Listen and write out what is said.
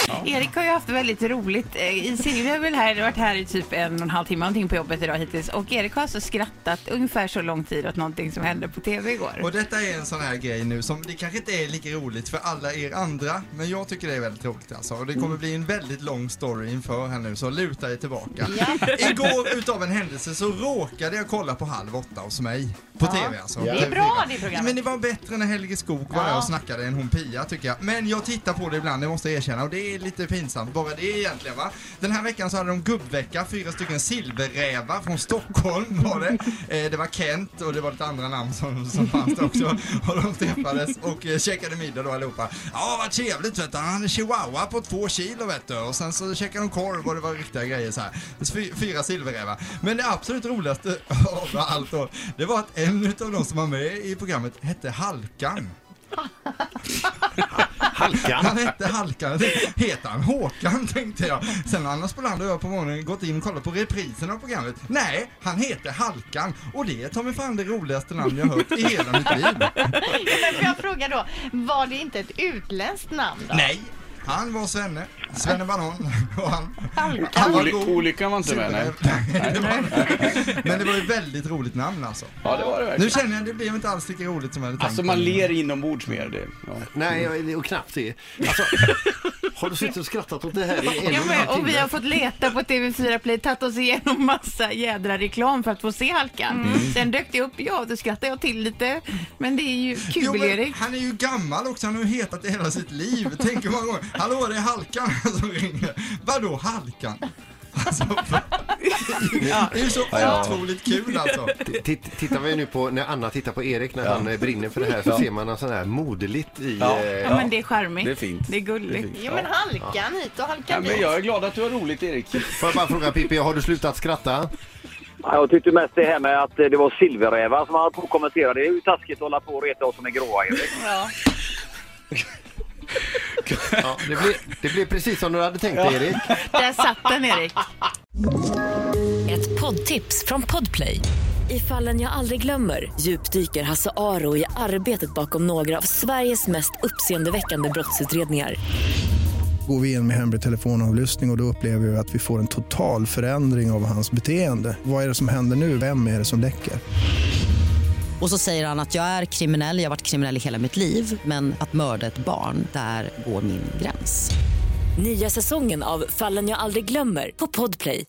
Erik har ju haft väldigt roligt. Silvia har väl varit här i typ 1,5 timme någonting på jobbet idag hittills. Och Erik har alltså skrattat ungefär så lång tid åt någonting som hände på tv igår. Och detta är en sån här grej nu som det kanske inte är lika roligt för alla er andra. Men jag tycker det är väldigt roligt alltså. Och det kommer bli en väldigt lång story inför här nu. Så luta er tillbaka. Igår utav en händelse så råkade jag kolla på 7:30 hos mig. På tv alltså. Det är bra det programmet. Men det var bättre när Helge Skog var och snackade än hon Pia tycker jag. Men jag tittar på det ibland, det måste jag erkänna. Och det är lite pinsamt, bara det egentligen va. Den här veckan så hade de gubbvecka, 4 stycken silverrävar från Stockholm var det. Det var Kent och det var lite andra namn som fanns det också. Och de träffades och käkade middag då allihopa. Ja, vad trevligt vet du. Han hade chihuahua på 2 kilo vet du. Och sen så käkade de korv och det var riktiga grejer så här. 4 silverrävar. Men det absolut roligaste av allt då, det var att en av de som var med i programmet hette Halkan. Halkan? Han hette Halkan. Heter han Håkan tänkte jag. Sen Anna Spolander och jag på morgonen gått in och kollat på reprisen av programmet. Nej, han heter Halkan. Och det är ta mig fan det roligaste namn jag hört i hela mitt liv. Men får jag fråga då, var det inte ett utländskt namn då? Nej. Han var Svenne Banan och han var olyckan var inte med, nej. Men det var ju väldigt roligt namn alltså. Ja, det var det verkligen. Nu känner jag att det blev inte alls lika roligt som jag hade tänkt. Alltså man ler inombords mer det. Ja. Nej, och knappt det. Alltså, har du suttit och skrattat åt det här i 1,5 timme? Och vi har fått leta på TV4 Play, tagit oss igenom massa jädra reklam för att få se Halkan. Sen dök det upp, då skrattade jag till lite. Men det är ju kul, Erik. Han är ju gammal också, han har ju hetat det hela sitt liv. Tänk hur många gånger, hallå det är Halkan som ringer. Vadå Halkan? Alltså, det är ju så otroligt kul alltså. Tittar vi nu på, när Anna tittar på Erik när han brinner för det här så ser man en sån här moderligt i... Ja, men det är charmigt. Det är fint. Det är gulligt. Jo, men Halkan hit och Halkan dit. Men jag är glad att du har roligt, Erik. Får jag bara fråga Pippi, har du slutat skratta? Ja, jag tyckte mest det här med att det var silverrävar som man kommenterade. Det är ju taskigt att hålla på och reta oss som är gråa, Erik. Ja. Ja, det blir precis som du hade tänkt, Erik. Där satt den, Erik. Ett poddtips från Podplay. I Fallen jag aldrig glömmer djupdyker Hasse Aro i arbetet bakom några av Sveriges mest uppseendeväckande brottsutredningar. Går vi in med hemlig telefonavlyssning och då upplever vi att vi får en total förändring av hans beteende. Vad är det som händer nu? Vem är det som läcker? Och så säger han att jag är kriminell, jag har varit kriminell i hela mitt liv. Men att mörda ett barn, där går min gräns. Nya säsongen av Fallen jag aldrig glömmer på Podplay.